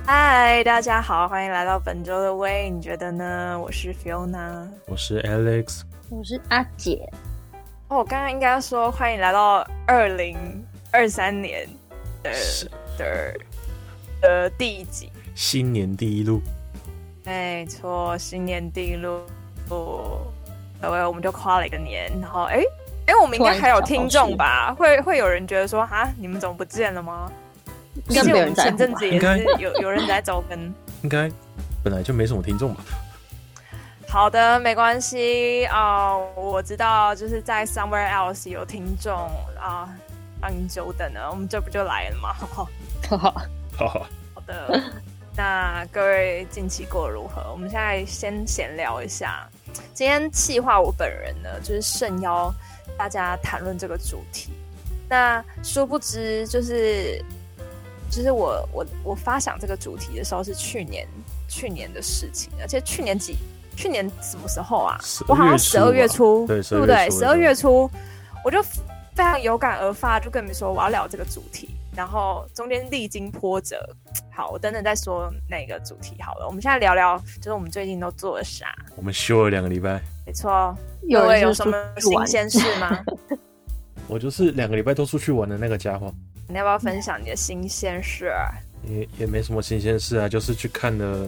嗨，大家好，欢迎来到本周的喂，你觉得呢？我是 Fiona， 我是 Alex， 我是阿姐。 哦，我刚刚应该说欢迎来到2023年的第一集， 新年第一路。 没错，新年第一路，我们就跨了一个年，然后我们应该还有听众吧？会有人觉得说，哈，你们怎么不见了吗？毕竟我们前阵子也是有人在周更， 应该本来就没什么听众吧。 好的，没关系啊、我知道，就是在 Somewhere Else 有听众啊，让你久等了，我们这不就来了吗？ 好的，那各位近期过得如何？我们现在先闲聊一下。今天企划我本人呢，就是盛邀大家谈论这个主题。那殊不知，就是我发想这个主题的时候是去年的事情，而且去年什么时候啊？我好像12月初， 对不对？12月初，我就非常有感而发，就跟你们说我要聊这个主题，然后中间历经波折。好，我等等再说那个主题好了。我们现在聊聊，就是我们最近都做了啥。 我们休了2个礼拜， 没错，各位有什么新鲜事吗？ 我就是2个礼拜都出去玩的那个家伙。 你要不要分享你的新鲜事啊？ 也没什么新鲜事啊，就是去看了，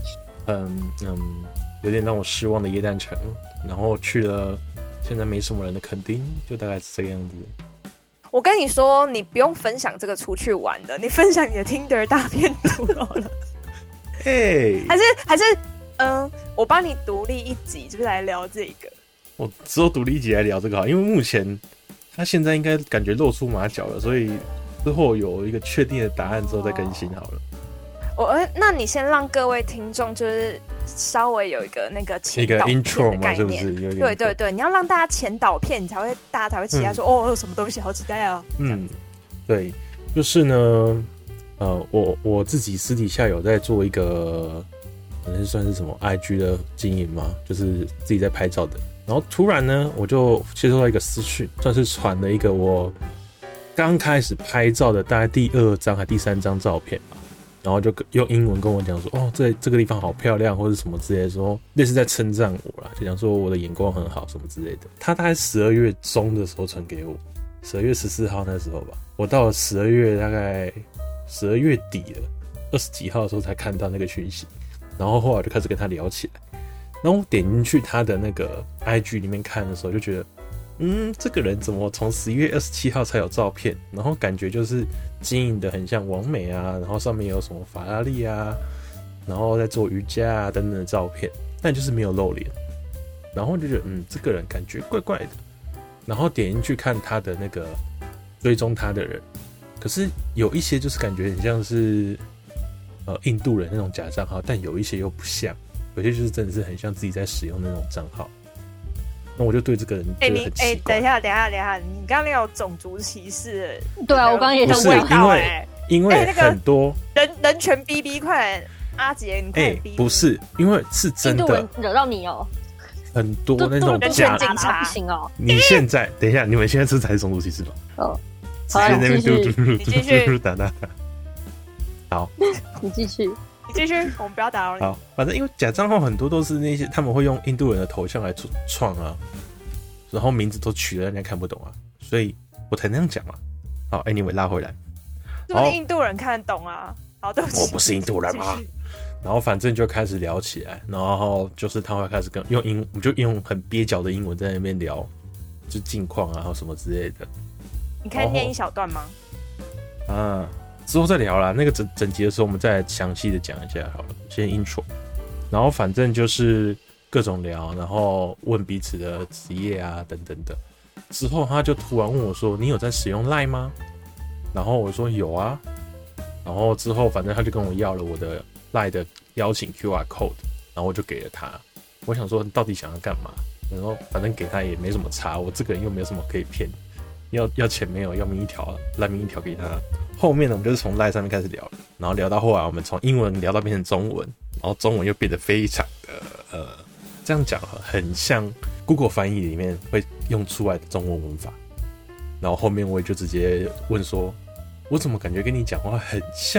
有点让我失望的耶诞城，然后去了现在没什么人的垦丁，就大概是这个样子。 我跟你说，你不用分享这个出去玩的，你分享你的 Tinder 大片图好了。 嘿， 还是，我帮你独立一集，就是来聊这个。 我之后独立一集来聊这个好，因为目前他现在应该感觉露出马脚了，所以之后有一个确定的答案之后再更新好了。 那你先让各位听众就是稍微有一个那个前导片的概念， 是不是？ 对对对，你要让大家前导片，大家才会期待说，哦，有什么东西好期待啊。 对，就是呢，我自己私底下有在做一个，可能算是什么 IG 的经营嘛，就是自己在拍照的。然后突然呢，我就接收到一个私讯，算是传了一个我刚开始拍照的大概第2张还第3张照片吧。然后就用英文跟我讲说，哦，这个地方好漂亮，或者什么之类的，说类似在称赞我啦，就讲说我的眼光很好什么之类的。他大概12月中的时候传给我，12月14号那时候吧。我到了12月大概12月底了，20几号的时候才看到那个讯息，然后后来我就开始跟他聊起来。然后我点进去他的那个 IG 里面看的时候，就觉得，这个人怎么从11月27号才有照片，然后感觉就是经营的很像网美啊，然后上面有什么法拉利啊，然后在做瑜伽啊等等的照片，但就是没有露脸，然后就觉得这个人感觉怪怪的，然后点进去看他的那个追踪他的人，可是有一些就是感觉很像是印度人那种假账号，但有一些又不像，有些就是真的是很像自己在使用那种账号。那我就对这个人觉得很奇怪。 等一下，你刚刚那有种族歧视？ 对啊，我刚刚也想问到因为很多、 人权BB，快点，阿杰，你快点逼。 不是，因为是真的。 印度人惹到你哦。 很多那种假警察不行哦。 你现在等一下，你们现在是才是种族歧视吧？ 哦， 直接那边你继续打。好， 你继续。 我们不要打扰你。 好，反正因为假账号很多都是那些他们会用印度人的头像来创啊，然后名字都取了人家看不懂啊，所以我才那样讲嘛。好 ，anyway 拉回来， 是不是印度人看得懂啊？好，对不起， 我不是印度人嘛。然后反正就开始聊起来，然后就是他会开始我们就用很蹩脚的英文在那边聊，就近况啊，或什么之类的。 你可以念一小段吗？ 之后再聊啦，那个整集的时候我们再详细的讲一下好了，先 intro， 然后反正就是各种聊，然后问彼此的职业啊等等的。之后他就突然问我说：“你有在使用 LINE 吗？”然后我说：“有啊。”然后之后反正他就跟我要了我的 LINE 的邀请 QR code， 然后我就给了他。我想说你到底想要干嘛？然后反正给他也没什么差，我这个人又没有什么可以骗，要钱没有，要明一条，烂明一条给他。后面呢，我们就是从 LINE 上面开始聊了，然后聊到后来，我们从英文聊到变成中文，然后中文又变得非常的这样讲很像 Google 翻译里面会用出来的中文文法。然后后面我也就直接问说，我怎么感觉跟你讲话很像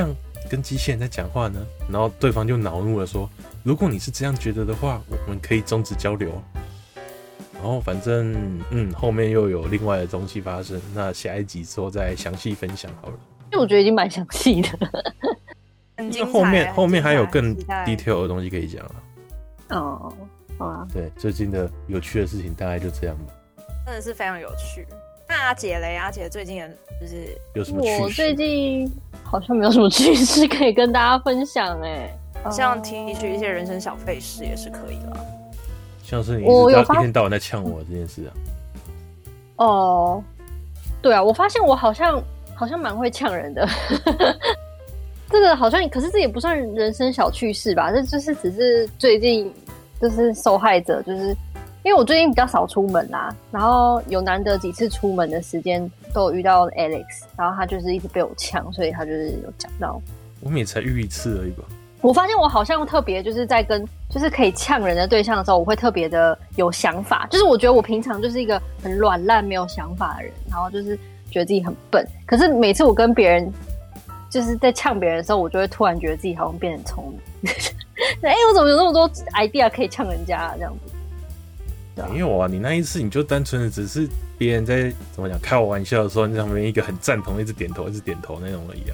跟机器人在讲话呢？然后对方就恼怒了说，如果你是这样觉得的话，我们可以终止交流。然后反正后面又有另外的东西发生，那下一集之后再详细分享好了。 因为我觉得已经蛮详细的， 很精彩。 因为后面还有更期待 detail 的东西可以讲啊。 哦，好啊。 对，最近的有趣的事情大概就这样吧。 真的是非常有趣。那阿姐嘞，阿姐最近就是有什么趣事？ 我最近好像没有什么趣事可以跟大家分享像提取一些人生小费事也是可以的。 像是你一天到晚在呛我这件事啊。 哦，对啊，我发现我好像蛮会呛人的。这个好像，可是这也不算人生小趣事吧？这就是只是最近就是受害者，就是因为我最近比较少出门啦，然后有难得几次出门的时间都有遇到 Alex， 然后他就是一直被我呛，所以他就是有讲到。 我们也才遇一次而已吧。 我发现我好像特别就是在跟就是可以呛人的对象的时候，我会特别的有想法。就是我觉得我平常就是一个很软烂没有想法的人，然后就是觉得自己很笨。可是每次我跟别人就是在呛别人的时候，我就会突然觉得自己好像变得很聪明。我怎么有那么多 idea 可以呛人家这样子？ 没有啊，你那一次你就单纯的只是别人在怎么讲开我玩笑的时候，你在旁边一个很赞同，一直点头那种而已啊。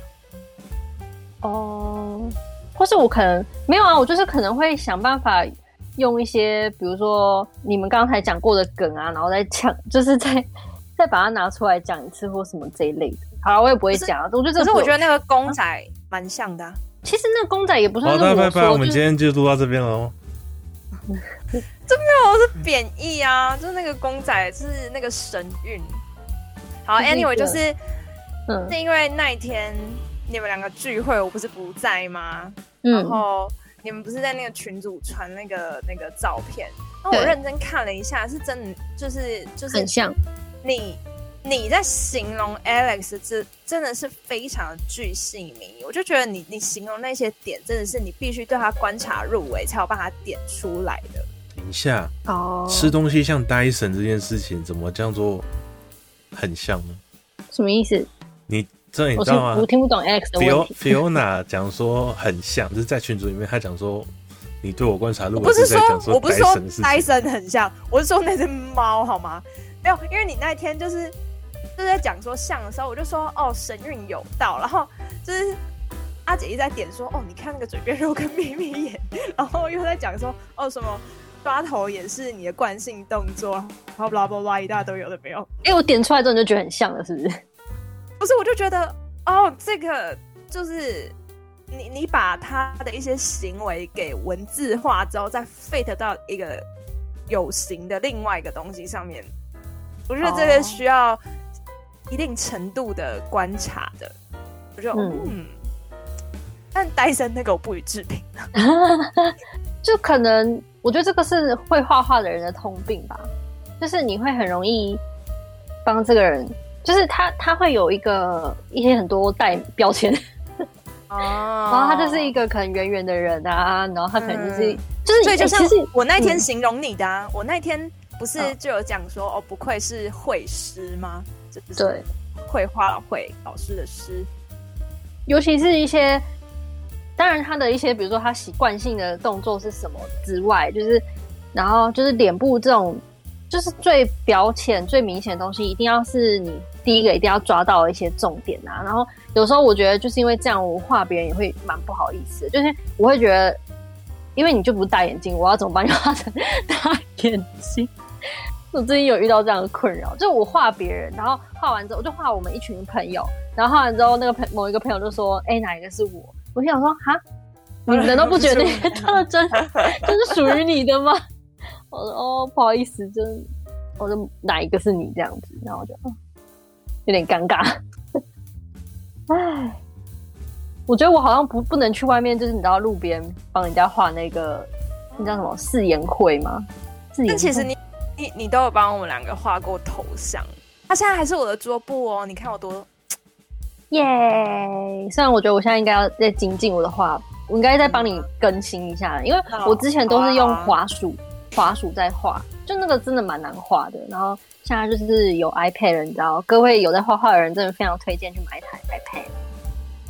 哦。或是我可能没有啊，我就是可能会想办法用一些，比如说你们刚才讲过的梗啊，然后再讲，就是再把它拿出来讲一次或什么这一类的。好了，我也不会讲啊。可是我觉得那个公仔蛮像的啊。 其实那个公仔也不算是我说。 拜，我们今天就录到这边了哦。 这没有是贬义啊，就是那个公仔是那个神韵。好 ，anyway 就是，是因为那一天。你们两个聚会，我不是不在吗？然后你们不是在那个群组传那个照片，然后我认真看了一下，是真的，就是很像你在形容 Alex， 这真的是非常的巨细靡遗。我就觉得你形容那些点，真的是你必须对他观察入微，才有办法点出来的。 等一下吃东西像 Dyson 这件事情，怎么叫做很像呢？ 什么意思？ 这你知道吗？ 我听不懂 Alex 的问题。 Fiona 讲说很像，就是在群组里面，他讲说你对我观察入微， 我不是说 Dyson 很像，我是说那只猫好吗？没有，因为你那一天就是在讲说像的时候，我就说神韵有道，然后就是阿姐一直在点说你看那个嘴边肉跟眯眯眼，然后又在讲说什么抓头也是你的惯性动作，然后 blah blah blah 一大堆有的没有。 我点出来之后你就觉得很像了，是不是？ 不是，我就觉得这个就是你把他的一些行为给文字化之后，再 fit 到一个有形的另外一个东西上面，我觉得这个需要一定程度的观察的。我就但戴森那个我不予置评。 就可能我觉得这个是会画画的人的通病吧，就是你会很容易帮这个人。就是他会有一些很多带标签然后他就是一个可能圆圆的人啊，然后他可能就是所以就像我那天形容你的啊，我那天不是就有讲说不愧是绘师吗？就是绘画绘老师的师， 尤其是一些当然他的一些比如说他习惯性的动作是什么之外，就是然后就是脸部这种就是最表浅最明显的东西，一定要是你第一个一定要抓到一些重点啊。然后有时候我觉得就是因为这样，我画别人也会蛮不好意思的，就是我会觉得，因为你就不是大眼睛，我要怎么帮你画成大眼睛？我最近有遇到这样的困扰，就是我画别人，然后画完之后我就画我们一群朋友，然后画完之后那个某一个朋友就说：“哪一个是我？”我想说：“哈，你难道不觉得那些特征就是属于你的吗？”我说不好意思，我就哪一个是你这样子，然后我就有点尴尬。唉，我觉得我好像不能去外面，就是你知道路边帮人家画那个那叫什么誓言会吗？ 但其实你都有帮我们两个画过头像，他现在还是我的桌布哦，你看我多耶！虽然我觉得我现在应该要再精进我的画，我应该再帮你更新一下，因为我之前都是用滑鼠在画，就那个真的蛮难画的。然后现在就是有 iPad 了，你知道，各位有在画画的人真的非常推荐去买一台 iPad。对，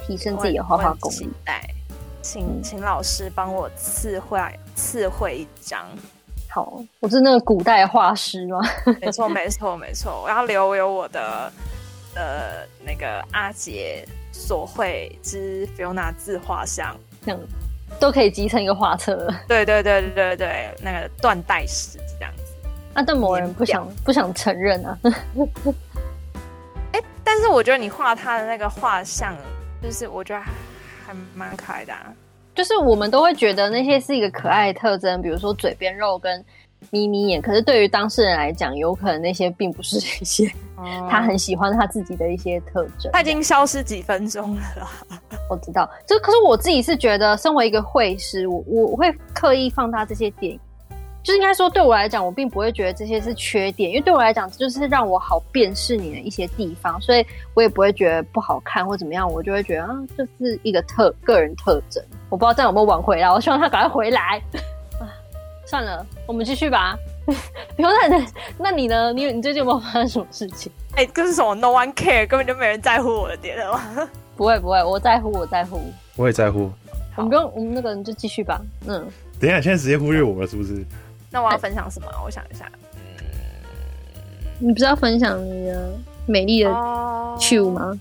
提升自己的画画功力。 请老师帮我赐绘一张。 好，我是那个古代画师吗？ 没错，我要留有我的那个阿杰所绘之 Fiona 自画像， 这样都可以集成一个画册了。 对，那个断代史这样子。 但某人不想承认啊。 但是我觉得你画他的那个画像，就是我觉得还蛮可爱的啊。 就是我们都会觉得那些是一个可爱的特征，比如说嘴边肉跟眯眯眼，可是对于当事人来讲，有可能那些并不是这些他很喜欢他自己的一些特征。 他已经消失几分钟了啦。 我知道，可是我自己是觉得，身为一个绘师，我会刻意放大这些点。就是应该说，对我来讲，我并不会觉得这些是缺点，因为对我来讲，这就是让我好辨识你的一些地方，所以我也不会觉得不好看或怎么样，我就会觉得这是一个个人特征。我不知道这样有没有挽回啦，我希望他赶快回来。算了，我们继续吧。那你呢？你最近有没有发生什么事情？ 这是什么 ？No one care， 根本就没人在乎我的点了吗？ 不会，我在乎。 我也在乎。 我们那个人就继续吧。 等一下，现在直接忽略我了，是不是？ 那我要分享什么？我想一下。 你不是要分享你的美丽的 Q 吗？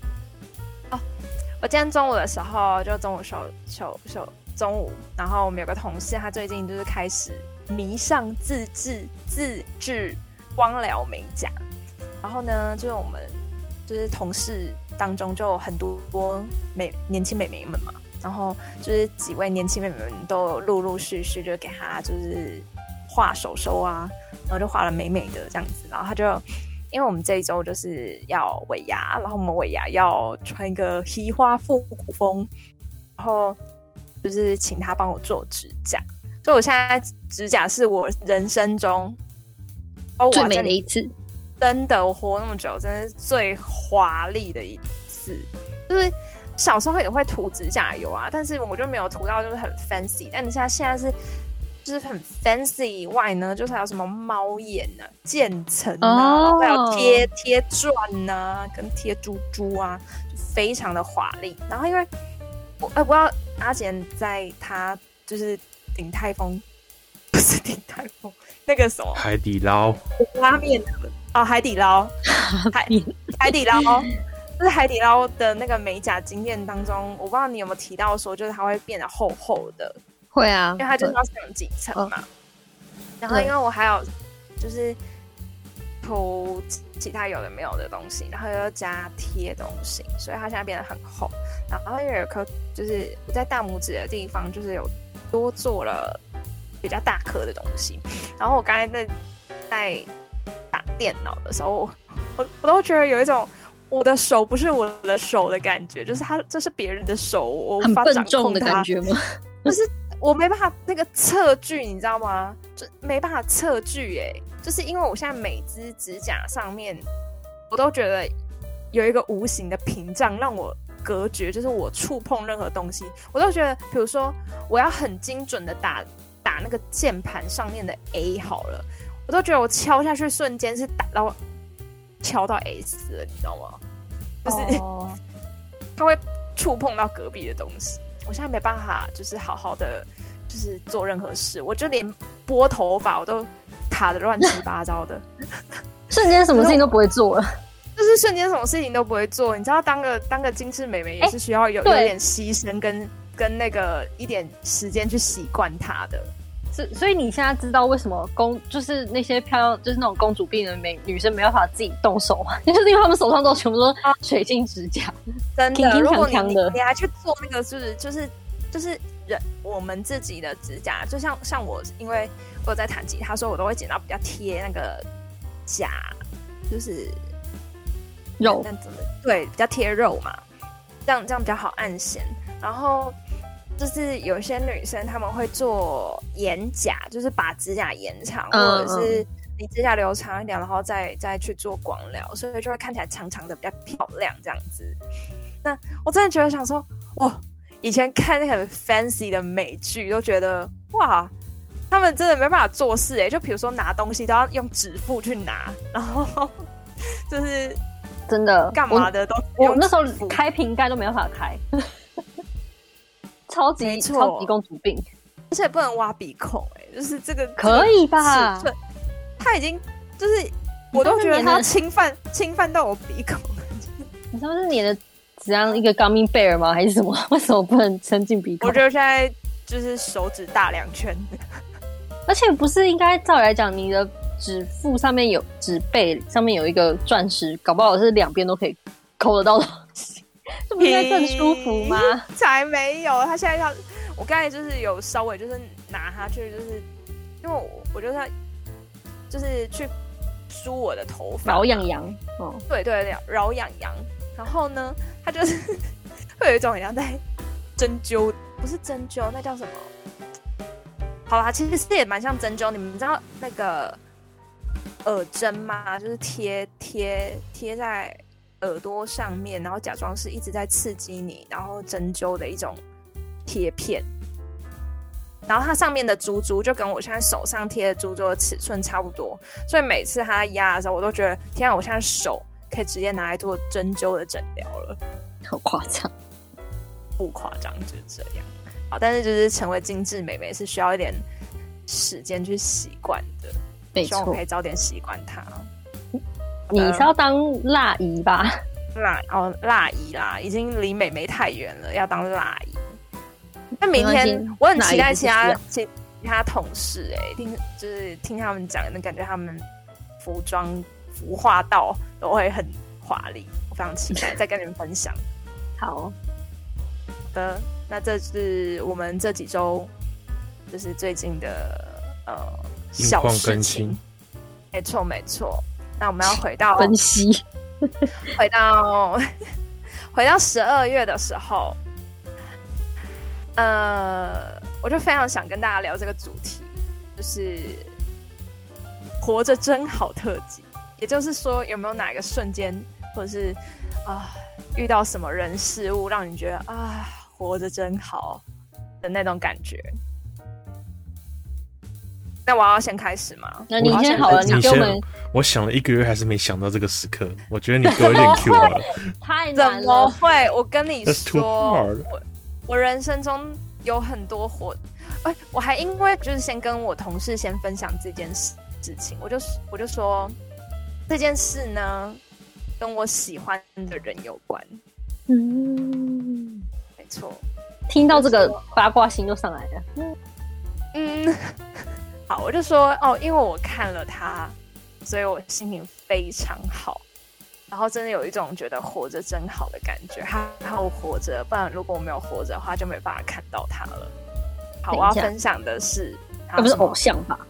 我今天中午的时候，就中午中午，然后我们有个同事，他最近就是开始迷上自制光疗美甲。然后呢，就是我们就是同事当中就有很多年轻美眉们嘛。然后就是几位年轻妹妹们都有陆陆续续就给她就是画手手啊，然后就画了美美的这样子。然后她就因为我们这一周就是要尾牙，然后我们尾牙要穿一个嘻花复古风，然后就是请她帮我做指甲。所以我现在指甲是我人生中最美的一次， 真的，我活那么久，真的是最华丽的一次，就是。小时候也会涂指甲油啊，但是我就没有涂到就是很 fancy。但是现在是就是很 fancy 以外呢，就是还有什么猫眼啊、渐层啊，还有贴钻啊，跟贴珠珠啊，就非常的华丽。然后因为我不知道阿简在他就是鼎泰丰，不是鼎泰丰，那个什么海底捞拉面海底捞海底捞。就是海底捞的那个美甲经验当中，我不知道你有没有提到说，就是它会变得厚厚的。 会啊， 因为它就是要上几层嘛。然后因为我还有就是涂其他有的没有的东西，然后又加贴东西，所以它现在变得很厚。然后因为有颗就是我在大拇指的地方，就是有多做了比较大颗的东西。然后我刚才在打电脑的时候，我都觉得有一种。我的手不是我的手的感觉，就是这是别人的手，我无法掌控它，很笨重的感觉吗？ 就是我没办法那个测距，你知道吗？就没办法测距就是因为我现在每只指甲上面，我都觉得有一个无形的屏障让我隔绝，就是我触碰任何东西，我都觉得，比如说我要很精准的打那个键盘上面的 A 好了，我都觉得我敲下去瞬间是敲到 S 了，你知道吗？就是它会触碰到隔壁的东西。我现在没办法，就是好好的，就是做任何事。我就连拨头发我都卡得乱七八糟的， 瞬间什么事情都不会做了。 就是瞬间什么事情都不会做。你知道，当个精致美眉也是需要有点牺牲跟那个一点时间去习惯它的。 所以你现在知道为什么就是那些漂亮就是那种公主病的女生没办法自己动手嘛？就是因为她们手上都全部都是水晶指甲， 真的。如果你还去做那个就是我们自己的指甲，就像我，因为我有在弹吉他，所以我都会剪到比较贴那个甲，就是肉， 对，比较贴肉嘛，这样比较好按弦，然后。就是有些女生她们会做延甲，就是把指甲延长，或者是你指甲留长一点，然后再去做光疗，所以就会看起来长长的比较漂亮这样子。那我真的觉得想说，哇，以前看那个很 fancy 的美剧都觉得哇，他们真的没办法做事就比如说拿东西都要用指腹去拿，然后就是真的干嘛的都我那时候开瓶盖都没办法开，超级公主病， 而且不能挖鼻孔就是这个可以吧？ 这个他已经就是我都觉得他侵犯到我鼻孔了。 你知道是粘的怎样一个 gummy bear 吗？还是什么？为什么不能伸进鼻孔？ 我觉得现在就是手指大2圈， 而且不是应该照理来讲，你的指腹上面有指背上面有一个钻石，搞不好是两边都可以抠得到东西，这不应该更舒服吗？ 才没有，他现在要我刚才就是有稍微就是拿它去，就是因为我觉得他就是去梳我的头发， 挠痒痒， 对，挠痒痒。然后呢，他就是会有一种很像在针灸，不是针灸，那叫什么？好啦，其实也蛮像针灸。你们知道那个耳针吗？就是贴在耳朵上面，然后假装是一直在刺激你，然后针灸的一种贴片。然后它上面的珠珠就跟我现在手上贴的珠珠的尺寸差不多，所以每次它压的时候，我都觉得天啊，我现在手可以直接拿来做针灸的诊疗了， 好夸张， 不夸张就是这样。好，但是就是成为精致美眉是需要一点时间去习惯的， 没错， 希望我可以早点习惯它。 你是要当辣姨吧？ 辣姨啦，已经离美眉太远了，要当辣姨。那明天我很期待其他同事听他们讲，感觉他们服化道都会很华丽，我非常期待再跟你们分享。 好的，那这是我们这几周就是最近的小事情，没错。那我们要回到分析， 回到12月的时候。我就非常想跟大家聊这个主题，就是活着真好特辑。也就是说，有没有哪个瞬间，或者是遇到什么人事物，让你觉得活着真好的那种感觉？那我要先开始吗？ 那你先好了，你给我们。 我想了1个月，还是没想到这个时刻。我觉得你给我一点 Q 好了。 太难了。 怎么会？我跟你说，我人生中有很多我还因为就是先跟我同事先分享这件事情，我就说这件事呢跟我喜欢的人有关。没错。 听到这个八卦心都上来了。 好，我就说因为我看了他，所以我心情非常好。然后真的有一种觉得活着真好的感觉，还好我活着，不然如果我没有活着的话，就没办法看到他了。好，我要分享的是， 不是偶像吧？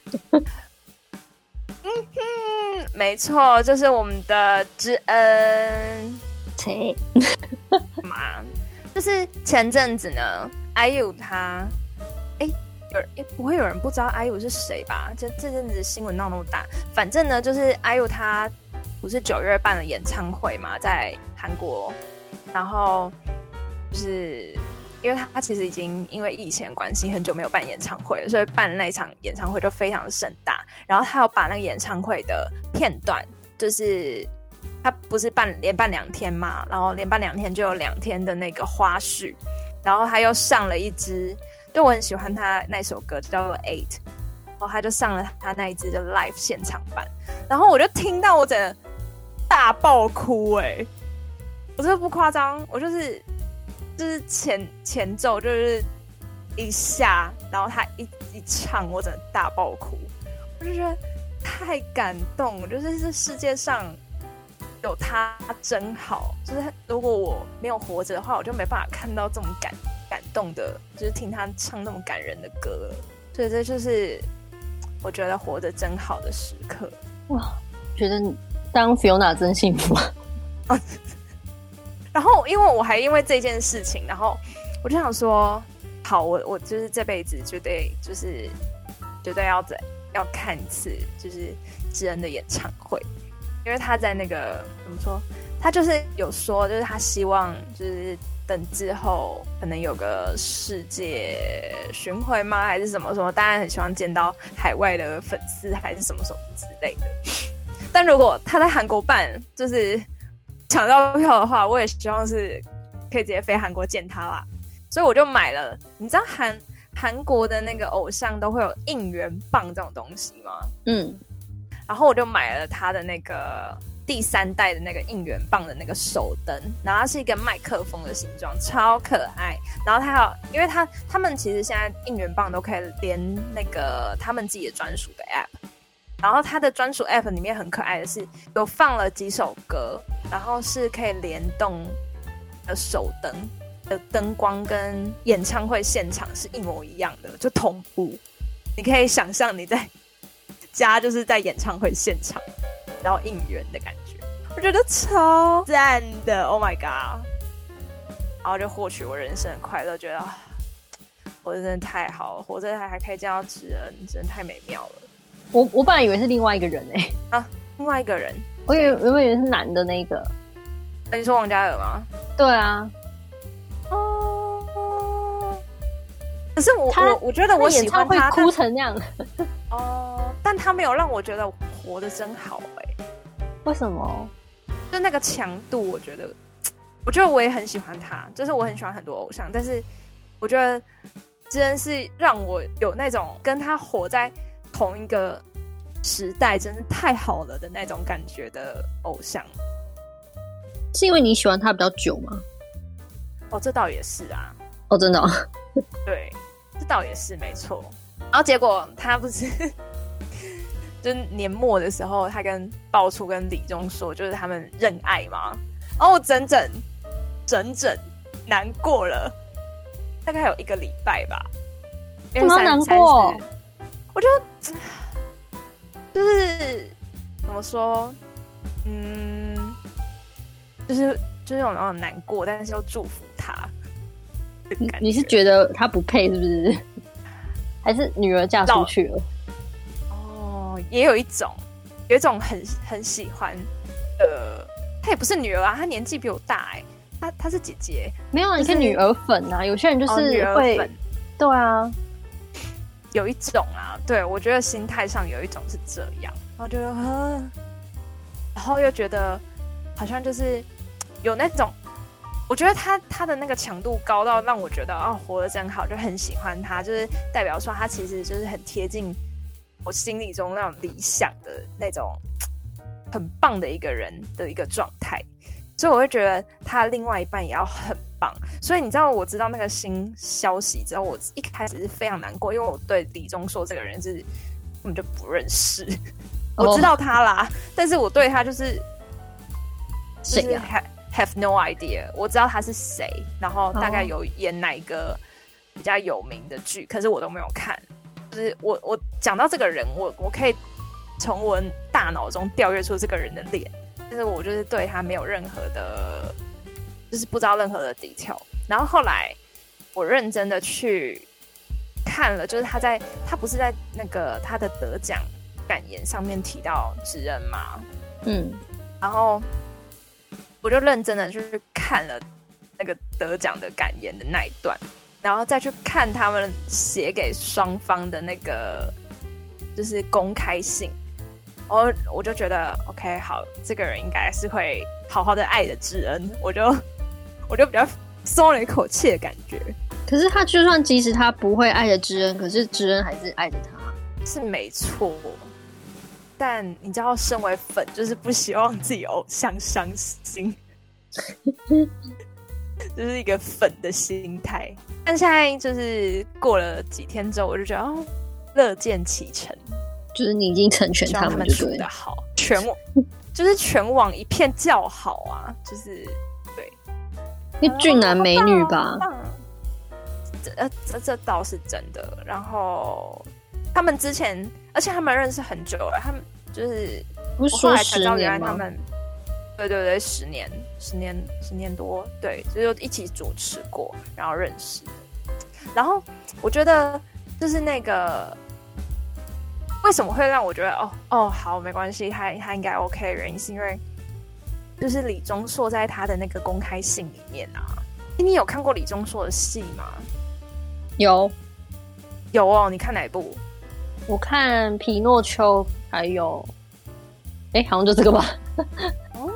没错，就是我们的知恩。 谁？ 嘛，就是前阵子呢，IU 他，不会有人不知道 IU 是谁吧？这阵子新闻闹那么大，反正呢，就是 IU 他不是9月办了演唱会嘛，在韩国，然后就是因为他其实已经因为疫情的关系很久没有办演唱会了，所以办那一场演唱会就非常的盛大。然后他有把那个演唱会的片段，就是他不是连办2天嘛，然后连办2天就有2天的那个花絮，然后他又上了一支，就我很喜欢他那首歌叫做 8， 然后他就上了他那一支的 live 现场版，然后我就听到我整个大爆哭我真的不夸张，我就是前奏就是一下，然后他一唱，我整个大爆哭，我就觉得太感动，就是这世界上有他真好，就是如果我没有活着的话，我就没办法看到这种感动的，就是听他唱那么感人的歌了，所以这就是我觉得活着真好的时刻。 哇，觉得当 Fiona 真幸福然后因为这件事情，然后我就想说，好，我就是这辈子绝对要看一次就是知恩的演唱会，因为他在那个怎么说，他就是有说，就是他希望就是等之后可能有个世界巡回吗，还是什么什么，当然很希望见到海外的粉丝，还是什么什么之类的。但如果他在韩国办，就是抢到票的话，我也希望是可以直接飞韩国见他啦。所以我就买了。你知道韩国的那个偶像都会有应援棒这种东西吗？然后我就买了他的那个第3代的那个应援棒的那个手灯，然后它是一个麦克风的形状，超可爱。然后它还有，因为他们其实现在应援棒都可以连那个他们自己的专属的 app， 然后它的专属 app 里面很可爱的是有放了几首歌，然后是可以联动的手灯的灯光跟演唱会现场是一模一样的，就同步。你可以想象你在家就是在演唱会现场，然后应援的感觉，我觉得超赞的 ，Oh my god！ 然后就获取我人生的快乐，觉得活着真的太好了，活着还可以见到知恩，真的太美妙了。 我本来以为是另外一个人另外一个人， 我原本以为是男的那个。 你说王嘉尔吗？ 对啊。 可是我觉得我喜欢他， 演唱会哭成那样。 但他没有让我觉得活得真好为什么？ 就那个强度，我觉得我也很喜欢他，就是我很喜欢很多偶像，但是我觉得知恩是让我有那种跟他活在同一个时代，真是太好了的那种感觉的偶像。 是因为你喜欢他比较久吗？ 这倒也是啊。 真的对，这倒也是没错。然后结果他不是就是年末的时候，他爆出跟李钟硕就是他们认爱嘛，然后整整难过了大概有1个礼拜吧。 怎么难过？ 我觉得就是怎么说，就是有那种难过，但是又祝福他。 你是觉得他不配是不是？还是女儿嫁出去了？ 也有一种很喜欢她也不是女儿啊，她年纪比我大她是姐姐。 没有，你是女儿粉啊。有些人就是女儿会粉。 对啊， 有一种啊，对，我觉得心态上有一种是这样，然后觉得然后又觉得好像就是有那种。我觉得他的那个强度高到让我觉得活得真好，就很喜欢他，就是代表说他其实就是很贴近我心里中那种理想的那种很棒的一个人的一个状态，所以我会觉得他另外一半也要很棒。所以你知道我知道那个新消息之后，我一开始是非常难过，因为我对李钟硕这个人是根本就不认识。我知道他啦，但是我对他就是谁啊 ？Have no idea， 我知道他是谁，然后大概有演哪一个比较有名的剧，可是我都没有看。就是我讲到这个人，我可以从我大脑中调阅出这个人的脸，但是我就是对他没有任何的，就是不知道任何的 detail。然后后来我认真的去看了，就是他不是在那个他的得奖感言上面提到知恩吗？然后我就认真的去看了那个得奖的感言的那一段，然后再去看他们写给双方的那个就是公开信，然后我就觉得 OK 好，这个人应该是会好好的爱的知恩，我就比较松了一口气的感觉。 可是他就算即使他不会爱着知恩，可是知恩还是爱着他， 是没错。但你知道身为粉就是不希望自己偶像伤心就是一个粉的心态。但现在就是过了几天之后，我就觉得乐见其成， 就是你已经成全他们， 就处得好，就是全网一片叫好啊，就是对， 因为俊男美女吧， 这倒是真的。然后他们之前，而且他们认识很久了，他们就是不是说10年吗？ 他们对10年多，对，就一起主持过，然后认识的。然后我觉得就是那个为什么会让我觉得好没关系，他应该 OK 的原因，是因为就是李钟硕在他的那个公开信里面啊，你有看过李钟硕的戏吗？ 有哦，你看哪一部？ 我看皮诺丘，还有好像就这个吧。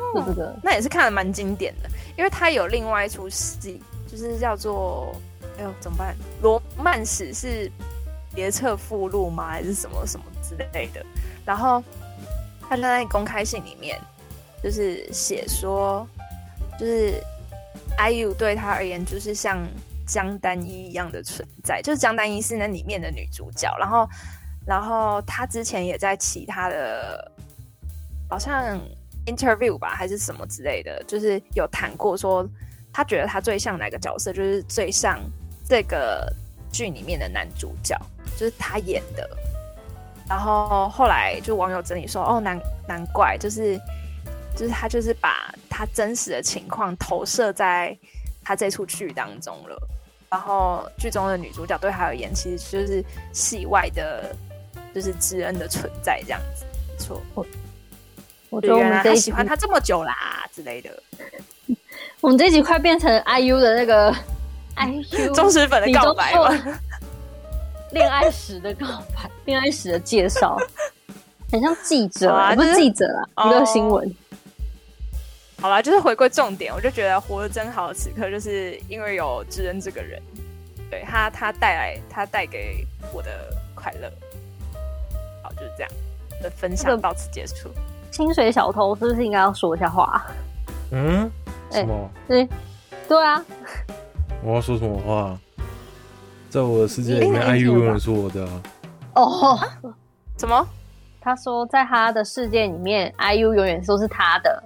就这个那也是看得蛮经典的，因为他有另外一出戏，就是叫做怎么办？罗曼史是别册附录吗？还是什么什么之类的？然后他就在公开信里面就是写说，就是 IU 对他而言就是像姜丹依一样的存在，就是姜丹依是那里面的女主角，然后他之前也在其他的好像 interview 吧还是什么之类的，就是有谈过说他觉得他最像哪个角色，就是最像这个剧里面的男主角，就是他演的。然后后来就网友整理说，难怪，就是他就是把他真实的情况投射在他这出剧当中了。然后剧中的女主角对他而言，其实就是戏外的，就是知恩的存在这样子。没错， 我觉得我们这一集喜欢他这么久啦之类的。 我们这一集快变成 IU 的那个 IU 忠实粉的告白了。 恋爱史的告白，恋爱史的介绍，很像记者，不是记者啦，娱乐新闻。 好啦，就是回归重点，我就觉得活得真好的此刻，就是因为有知恩这个人，对他带给我的快乐。好，就是这样的分享到此结束。 薪水小偷是不是应该要说一下话？ 什么？ 对啊， 我要说什么话？在我的世界里面，IU 永远是我的。 什么？ 他说在他的世界里面，IU 永远都是他的。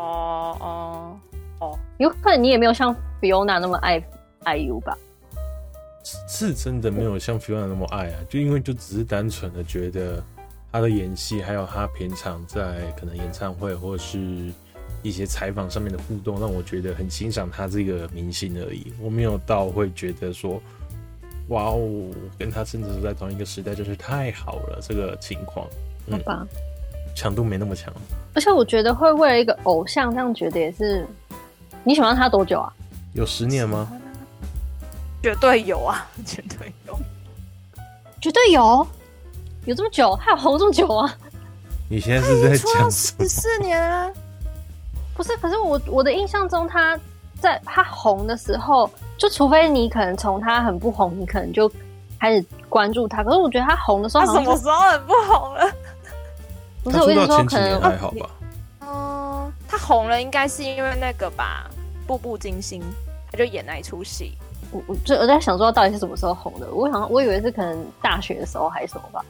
有可能你也没有像 Fiona 那么爱 IU 吧？ 是真的没有像 Fiona 那么爱啊，就因为就只是单纯的觉得他的演戏，还有他平常在可能演唱会或是一些采访上面的互动，让我觉得很欣赏他这个明星而已。我没有到会觉得说，哇哦，跟他真的是在同一个时代，真是太好了这个情况。 好吧， 强度没那么强。 而且我觉得会为了一个偶像这样觉得也是。你喜欢他多久啊？ 有10年吗？ 绝对有啊，绝对有， 绝对有，有这么久？他有红这么久啊？ 你现在是在讲什么 ？14年啊？ 不是，可是我的印象中，他在他红的时候，就除非你可能从他很不红，你可能就开始关注他。可是我觉得他红的时候好像， 他什么时候很不红了？ 不是，我跟你说，可能还好吧。 他红了应该是因为那个吧，《步步惊心》，他就演那一出戏。 我在想说到底是什么时候红的？我以为是可能大学的时候还是什么吧。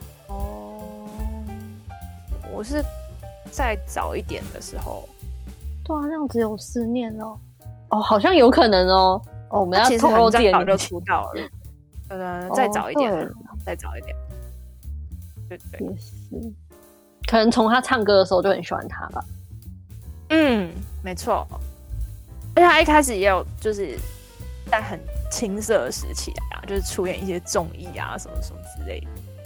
我是再早一点的时候。 对啊，这样只有4年哦。好像有可能哦。我们要透露自己的年纪，早就出道了。再早一点，再早一点。对， 也是。可能从他唱歌的时候就很喜欢他吧。 没错，而且他一开始也有就是在很青涩的时期啊，就是出演一些综艺啊什么什么之类的。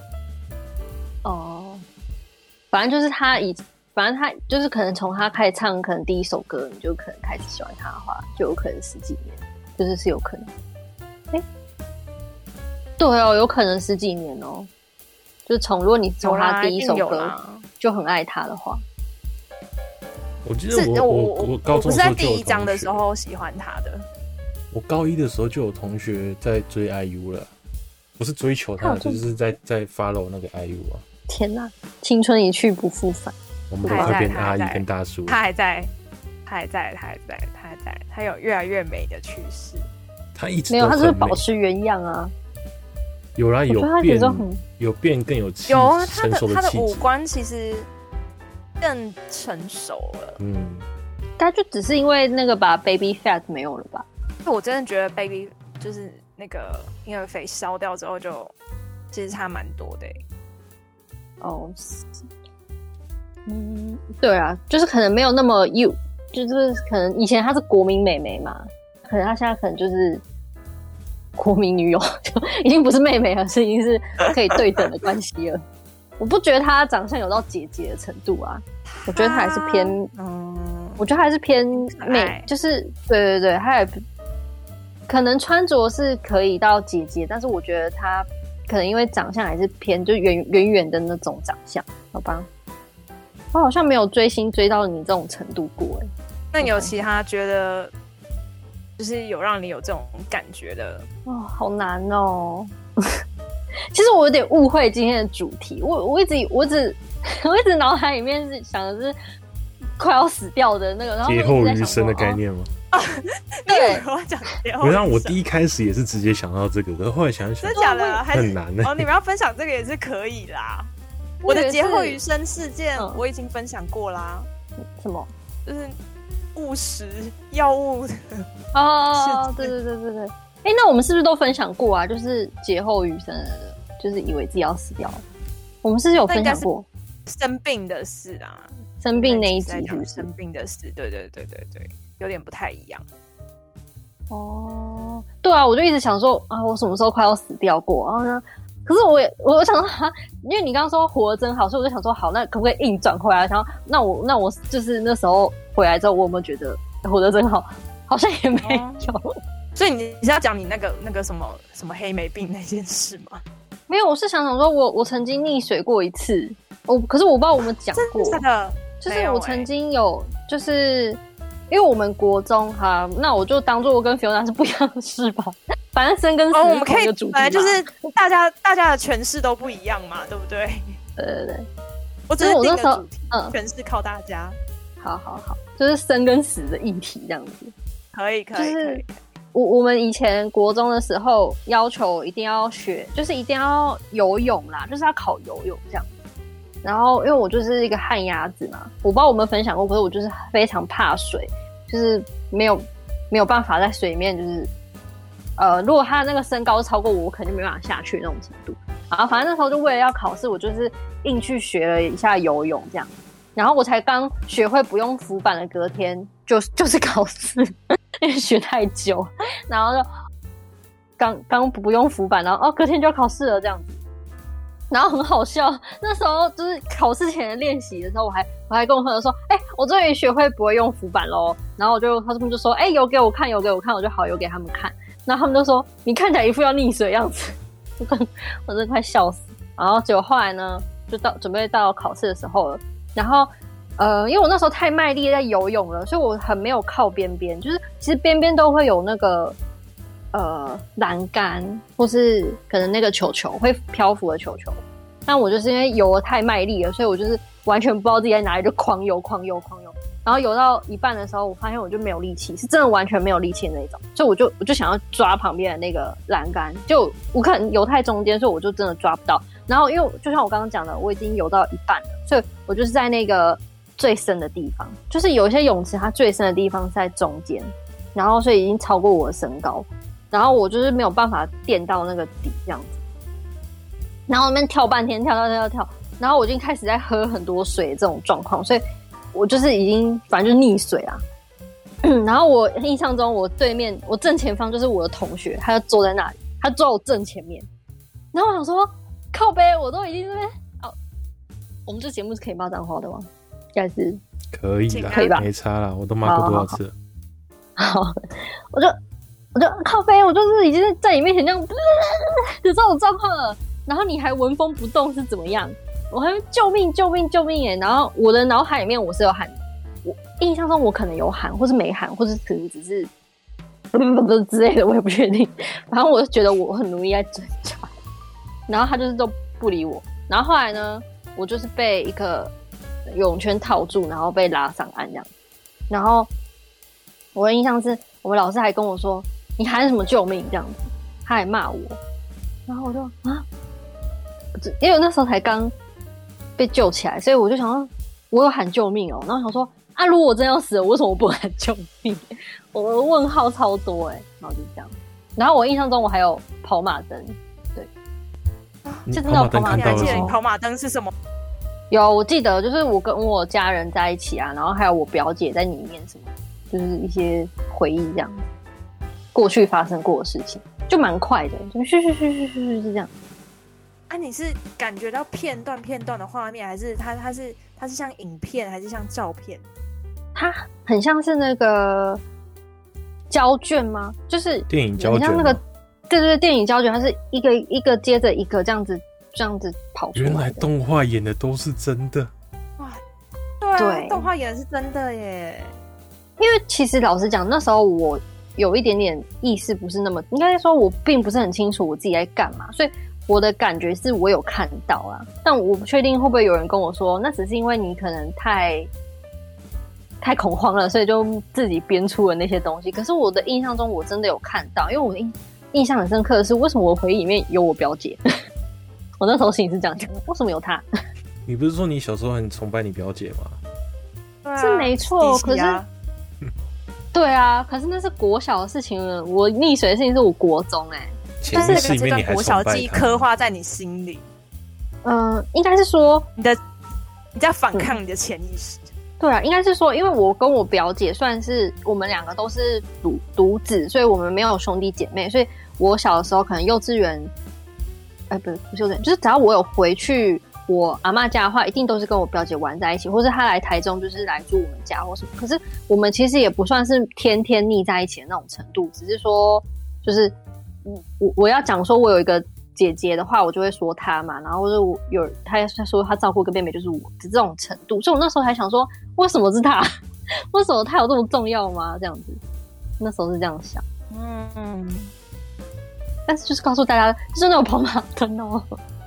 反正就是反正他就是可能从他开始唱可能第一首歌，你就可能开始喜欢他的话，就有可能10几年，是有可能。对哦，有可能10几年哦。就是如果你从他第一首歌就很爱他的话。 我记得我高中的时候就有同学， 我不是在第一章的时候喜欢他的。 我高1的时候就有同学在追 IU 了，不是追求他，就是在 follow 那个 IU 啊。 天哪，青春一去不复返， 我们都快变阿姨跟大叔。 他还在，他有越来越美的趋势。 他一直没有，他就是保持原样啊。 有啦，有变更有有啊， 他的五官其实更成熟了。 他就只是因为那个把 baby fat 没有了吧？ 我真的觉得 baby 就是那个婴儿肥烧掉之后，就其实差蛮多的。 对啊，就是可能没有那么就是可能以前她是国民妹妹嘛，可能她现在可能就是国民女友，就已经不是妹妹了，是已经是可以对等的关系了。我不觉得她长相有到姐姐的程度啊，我觉得她还是偏，我觉得她还是偏妹，就是对，她也可能穿着是可以到姐姐，但是我觉得她可能因为长相还是偏就圆圆的那种长相，好吧？ 我好像没有追星追到你这种程度过哎。 那你有其他觉得就是有让你有这种感觉的？ 哦，好难哦。其实我有点误会今天的主题，我一直脑海里面是想的是快要死掉的那个，然后劫后余生的概念吗？ 对，我要讲劫后余生。 让我第一开始也是直接想到这个，可是后来想一想， 真的假的？ 很难呢。 哦，你们要分享这个也是可以啦。我的劫后余生事件我已经分享过啦。 什么？ 就是误食药物的。 哦，对。那我们是不是都分享过啊？就是劫后余生的，就是以为自己要死掉了。我们是不是有分享过生病的事啊？ 生病那一集在讲生病的事，对，有点不太一样。 哦，对啊，我就一直想说啊，我什么时候快要死掉过？然后呢，可是我想说因为你刚刚说活得真好，所以我就想说好，那可不可以硬转回来？然后那我就是那时候回来之后，我有没有觉得活得真好？好像也没有。 所以你是要讲你那个什么黑莓病那件事吗？ 没有，我是想说我曾经溺水过一次，可是我不知道我们讲过， 真的， 就是我曾经有，就是因为我们国中哈，那我就当做我跟 Fiona 是不一样的事吧。反正生跟死我们可以一个主题， 本来就是大家的诠释都不一样嘛，对不对？ 对， 我只是定个主题， 诠释靠大家。 好，就是生跟死的议题这样子。 可以。 我们以前国中的时候要求一定要学，就是一定要游泳啦，就是要考游泳这样。然后因为我就是一个旱鸭子嘛，我不知道我们分享过，可是我就是非常怕水，就是没有办法在水里面，就是如果他的那个身高超过我肯定没办法下去那种程度。然后反正那时候就为了要考试，我就是硬去学了一下游泳这样。然后我才刚学会不用浮板的隔天就是考试，因为学太久，然后就刚不用浮板，然后隔天就要考试了这样子。然后很好笑，那时候就是考试前的练习的时候，我还跟我朋友说，我终于学会不会用浮板咯。然后他们就说，游给我看，我就好游给他们看。然后他们就说，你看起来一副要溺水的样子，我真的快笑死。然后结果后来呢，就准备到考试的时候了。然后因为我那时候太卖力在游泳了，所以我很没有靠边边，就是其实边边都会有那个栏杆，或是可能那个球会漂浮的球。但我就是因为游得太卖力了，所以我就是完全不知道自己在哪里，就狂游。然后游到一半的时候，我发现我就没有力气，是真的完全没有力气的那种，所以我就想要抓旁边的那个栏杆，就我可能游太中间，所以我就真的抓不到。然后因为就像我刚刚讲的，我已经游到一半了，所以我就是在那个最深的地方，就是有一些泳池它最深的地方是在中间，然后所以已经超过我的身高，然后我就是没有办法垫到那个底这样子，然后那边跳半天，跳，然后我已经开始在喝很多水的这种状况，所以我就是已经反正就溺水啦。然后我印象中我对面我正前方就是我的同学，他就坐在那里，他坐在我正前面，然后我想说靠北，我都已经这边我们这节目是可以骂脏话的吗？应该是可以啦， 可以吧？ 没差啦，我都骂过多少次了。 好，我就靠北，我就是已经在你面前这样的这种状况了，然后你还纹风不动是怎么样？我还救命然后我的脑海里面我是有喊，我印象中我可能有喊，或是没喊，或是可能只是之类的，我也不确定。反正我就觉得我很努力在挣扎，然后他就是都不理我。然后后来呢，我就是被一个游泳圈套住，然后被拉上岸这样。然后我的印象是我们老师还跟我说：“你喊什么救命？”这样子，他还骂我。然后我就因为我那时候才刚被救起来，所以我就想说，我有喊救命哦。然后想说，如果我真要死了，我为什么不喊救命？我的问号超多然后就这样。然后我印象中我还有跑马灯，对，就真的有跑马灯。 你还记得你跑马灯是什么？ 有，我记得就是我跟我家人在一起啊，然后还有我表姐在里面，什么就是一些回忆这样，过去发生过的事情，就蛮快的，就是这样。 你是感觉到片段的画面，还是它是像影片，还是像照片？ 它很像是那个胶卷吗？就是电影胶卷， 像那个对，电影胶卷，它是一个一个接着一个这样子跑出来的。 原来动画演的都是真的， 哇！ 啊， 对动画演的是真的耶。 因为其实老实讲，那时候我有一点点意识不是那么，应该说我并不是很清楚我自己在干嘛，所以我的感觉是我有看到啊，但我不确定会不会有人跟我说，那只是因为你可能太恐慌了，所以就自己编出了那些东西。可是我的印象中，我真的有看到，因为我印象很深刻的是，为什么我回忆里面有我表姐？我那时候心里是这样想的，为什么有她？ 你不是说你小时候很崇拜你表姐吗？ 对啊， 是没错，可是对啊，可是那是国小的事情了。我溺水的事情是我国中潜意识里面你还国小记忆刻画在你心里。 应该是说你在反抗你的潜意识。 对啊，应该是说，因为我跟我表姐算是我们两个都是独子，所以我们没有兄弟姐妹，所以我小的时候可能幼稚园，不是幼稚园，就是只要我有回去我阿嬷家的话，一定都是跟我表姐玩在一起，或是她来台中就是来住我们家或什么。可是我们其实也不算是天天腻在一起的那种程度，只是说就是我要讲说我有一个姐姐的话，我就会说她嘛，然后或者她说她照顾一个妹妹就是我，是这种程度。所以我那时候还想说，为什么是她？为什么她有这么重要吗？这样子，那时候是这样想。但是就是告诉大家，就是那种跑马灯哦。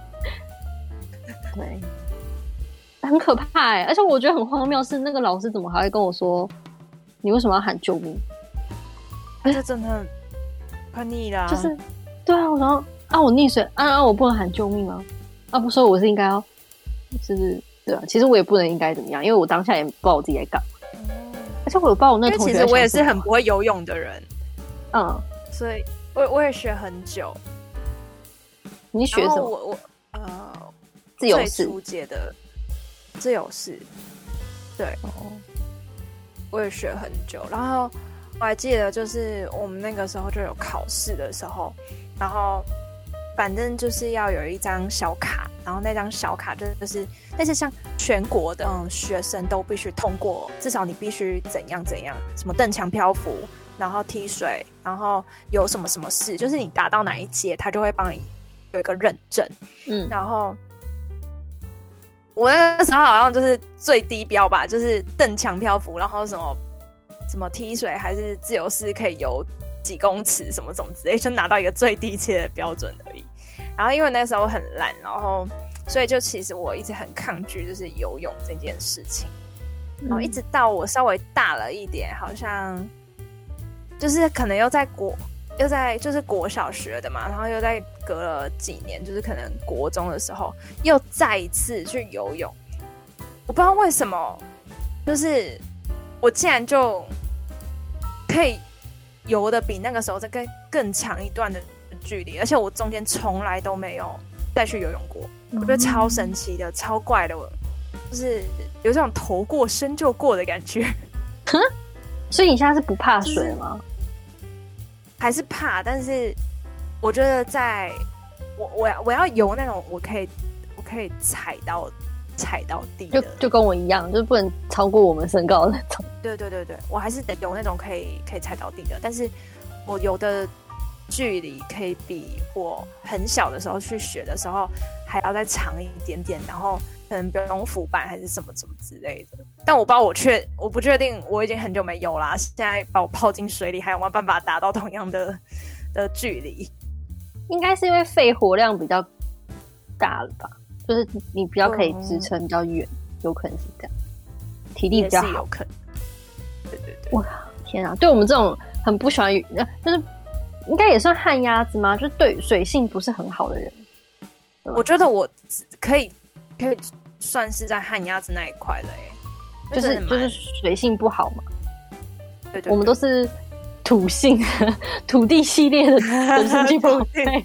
对，很可怕而且我觉得很荒谬是那个老师怎么还会跟我说，你为什么要喊救命？ 这真的叛逆啦！ 就是对啊，我说我溺水我不能喊救命吗？不说我是应该要，就是对啊，其实我也不能应该怎么样，因为我当下也不知道我自己在干嘛。而且我有帮我那个同学， 因为其实我也是很不会游泳的人，所以我也学很久。 你学什么？ 我自由式， 最初阶的自由式，对，我也学很久。然后我还记得，就是我们那个时候就有考试的时候，然后反正就是要有一张小卡，然后那张小卡就是类似像全国的学生都必须通过，至少你必须怎样怎样，什么蹬墙漂浮，然后踢水，然后有什么什么事，就是你达到哪一阶，他就会帮你有一个认证。然后我那个时候好像就是最低标吧，就是蹬墙漂浮，然后什么踢水还是自由式可以游几公尺什么什么之类，就拿到一个最低阶的标准而已。然后因为那时候很懒，然后所以就其实我一直很抗拒就是游泳这件事情。然后一直到我稍微大了一点，好像就是可能又在就是国小学的嘛，然后又在隔了几年，就是可能国中的时候又再一次去游泳。我不知道为什么，就是我竟然就可以游的比那个时候再更长一段的距离，而且我中间从来都没有再去游泳过。我觉得超神奇的，超怪的，就是有这种头过身就过的感觉。 所以你现在是不怕水吗？ 还是怕，但是我觉得我要游那种我可以踩到地的， 就跟我一样，就是不能超过我们身高的那种。 对，我还是得游那种可以踩到地的，但是我游的距离可以比我很小的时候去学的时候还要再长一点点，然后可能不用浮板还是什么之类的。但我不知道我不确定，我已经很久没游啦，现在把我泡进水里还有没有办法达到同样的距离？ 应该是因为肺活量比较大了吧，就是你比较可以支撑比较远，有可能是这样，体力比较好， 有可能。对。 哇，天啊！对我们这种很不喜欢就是应该也算旱鸭子吗？就是对水性不是很好的人， 我觉得我可以算是在旱鸭子那一块了就是水性不好嘛。 对， 我们都是土性土地系列的人生去宝贝，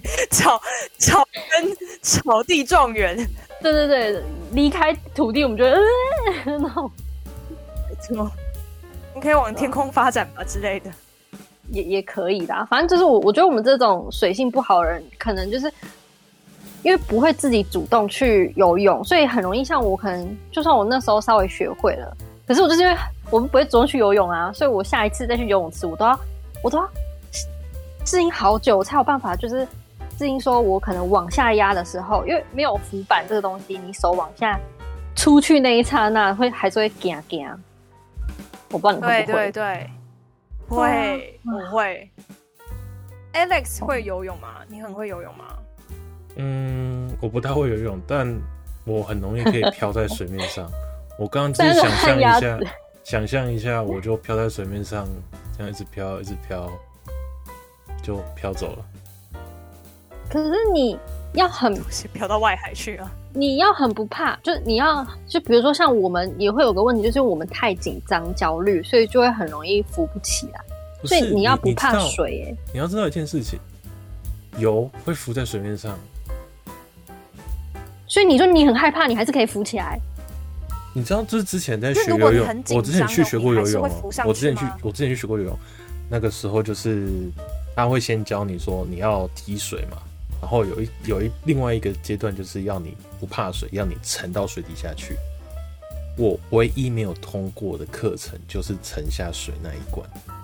草地状元。 对，离开土地我们就那种， 没错，你可以往天空发展吧之类的， 也可以啦。反正就是我觉得我们这种水性不好的人，可能就是因为不会自己主动去游泳，所以很容易像我，可能就算我那时候稍微学会了，可是我就是因为我们不会主动去游泳啊，所以我下一次再去游泳池，我都要适应好久，我才有办法就是适应说我可能往下压的时候，因为没有浮板这个东西，你手往下出去那一刹那还是会惊惊。我不知道你会不会？ 对，会，我会。Alex 会游泳吗？你很会游泳吗？ 我不太会游泳，但我很容易可以飘在水面上。我刚刚只是想象一下，我就飘在水面上，这样一直飘，一直飘，就飘走了。 可是你要很飘到外海去啊！ 你要很不怕，就是就比如说像我们也会有个问题，就是我们太紧张、焦虑，所以就会很容易浮不起来。所以你要不怕水你要知道一件事情，油会浮在水面上。 所以你说你很害怕，你还是可以浮起来。 你知道，就是之前在学游泳，我之前去学过游泳我之前去学过游泳，那个时候就是他会先教你说你要踢水嘛，然后另外一个阶段就是要你不怕水，要你沉到水底下去。我唯一没有通过的课程就是沉下水那一关。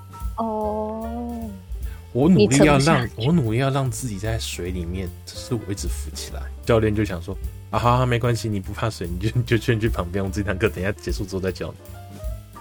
我努力要让自己在水里面，只是我一直浮起来。教练就想说啊，好，没关系，你不怕水，你就先去旁边，我这堂课等一下结束之后再教你。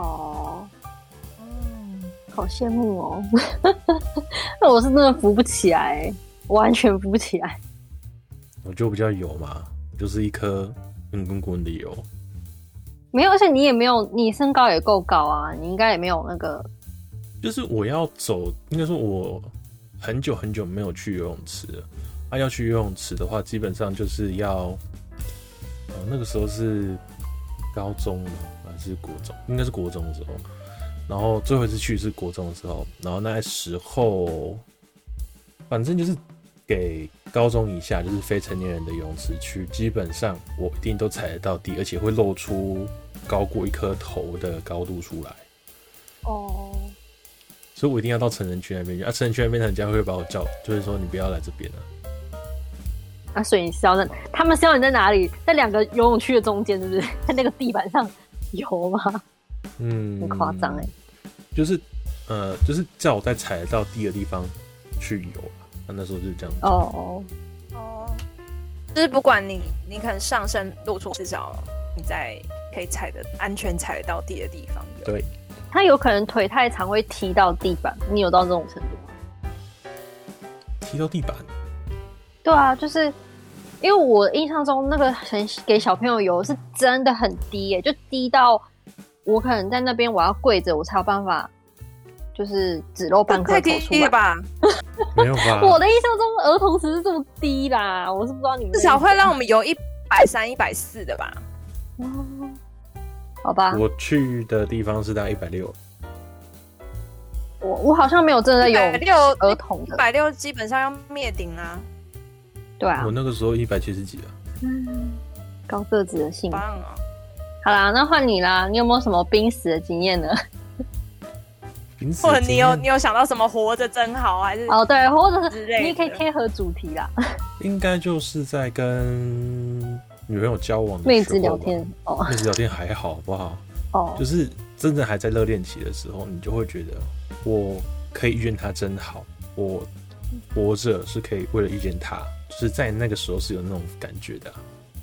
好羡慕哦！那我是真的浮不起来，完全浮不起来。 我就比较油嘛，就是一颗滚滚的油。 没有，而且你也没有，你身高也够高啊，你应该也没有那个。 就是我要走，应该说我很久很久没有去游泳池了。要去游泳池的话，基本上就是要，那个时候是高中还是国中？应该是国中的时候。然后最后一次去是国中的时候，然后那时候，反正就是给高中以下，就是非成年人的游泳池去，基本上我一定都踩得到地，而且会露出高过一颗头的高度出来。所以我一定要到成人区那边去。成人区那边人家会把我叫，就是说你不要来这边了。 所以你是要他们是要你在哪里？在两个游泳区的中间，是不是？在那个地板上游吗？很夸张哎。就是叫我在踩得到地的地方去游了。那时候就是这样子。 就是不管你可能上身露出，至少你在可以安全踩得到地的地方游。 对。 他有可能腿太长会踢到地板，你有到这种程度吗？ 踢到地板？ 对啊，就是因为我印象中那个给小朋友游是真的很低耶，就低到我可能在那边我要跪着，我才有办法，就是只露半颗头出来。太低了吧？ 没有吧？ 我的印象中儿童池是这么低啦，我是不知道你们至少会让我们游130、140的吧？ 好吧， 我去的地方是大概160。 我好像没有真的有儿童的 160，基本上要灭顶啊。 对啊， 我那个时候170几啊。 高个子的幸福。 棒啊！ 好啦，那换你啦，你有没有什么濒死的经验呢？ 或者你有想到什么活着真好，还是对，活着之类的？ 你也可以贴合主题啦。 应该就是在跟女朋友交往的时候， 妹子聊天妹子聊天还好，好不好？就是真的还在热恋期的时候，你就会觉得我可以遇见她真好，我活着是可以为了遇见她，就是在那个时候是有那种感觉的。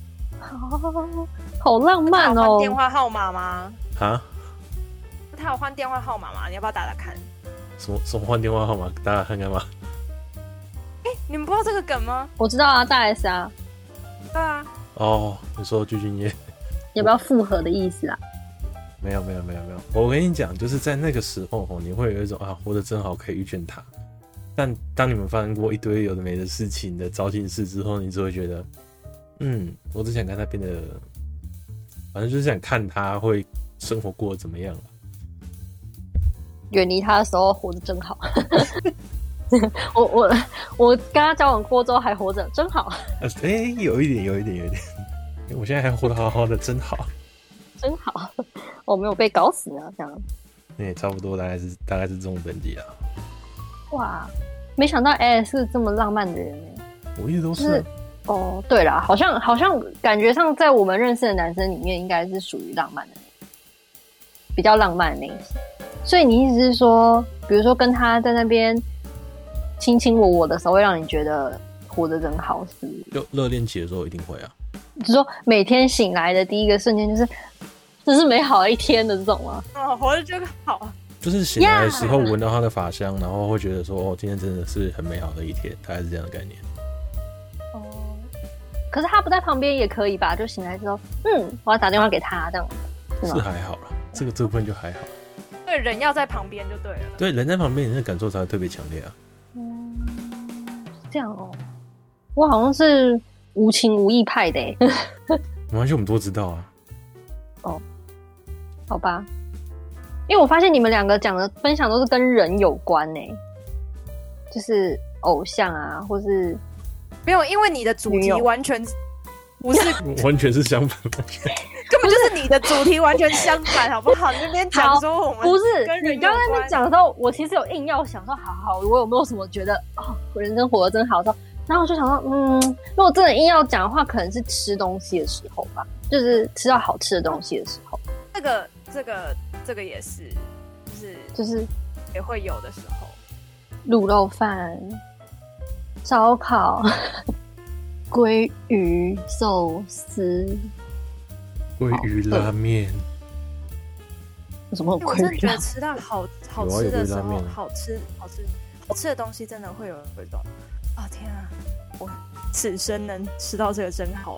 好浪漫哦！ 他有换电话号码吗？ 他有换电话号码吗？你要不要打打看？ 什么换电话号码？打打看干嘛？ 你们不知道这个梗吗？ 我知道啊，大 S 啊。 对啊。 你说具俊晔要不要复合的意思啊？ 没有。我跟你讲，就是在那个时候，你会有一种活得真好，可以遇见他。但当你们发生过一堆有的没的事情的糟心事之后，你就会觉得，我只想看他变得，反正就是想看他会生活过得怎么样。 远离他的时候活得真好。我跟他交往过之后还活着真好。 有一点，我现在还活得好好的，真好， 真好。我没有被搞死呢，这样。 差不多大概是这种等级啊。 哇，没想到 Alex 是这么浪漫的人耶。 我一直都是。 对啦，好像感觉上在我们认识的男生里面，应该是属于浪漫的，比较浪漫的那一些。所以你意思是说，比如说跟他在那边卿卿我我的时候，会让你觉得活得真好，是不是？ 就热恋期的时候一定会啊。 就是说每天醒来的第一个瞬间就是这是美好的一天的这种吗？ 哦，活着就好。 就是醒来的时候闻到它的法香，然后会觉得说哦，今天真的是很美好的一天，大概是这样的概念。 哦，可是他不在旁边也可以吧？就醒来之后，我要打电话给他这样。 是还好啦，这个部分就还好。 对，人要在旁边就对了。 对，人在旁边，你的感受才会特别强烈啊。 这样哦，我好像是无情无义派的欸。 没关系，我们都知道啊。 哦，好吧，因为我发现你们两个讲的分享都是跟人有关呢，就是偶像啊，或是没有，因为你的主题完全不是， 完全是相反， 根本就是你的主题完全相反，好不好？你那边讲说我们不是跟人你刚刚在那边讲的时候，我其实有硬要想说，好，我有没有什么觉得我人生活得真好的时候，然后我就想说，如果真的硬要讲的话，可能是吃东西的时候吧，就是吃到好吃的东西的时候。 这个也是， 就是也会有的时候， 卤肉饭、烧烤、鲑鱼寿司、 鲑鱼拉面。 有什么鲑鱼？ 我真的觉得吃到好吃的时候， 有好吃的东西，真的会有一种天啊，我此生能吃到这个真好。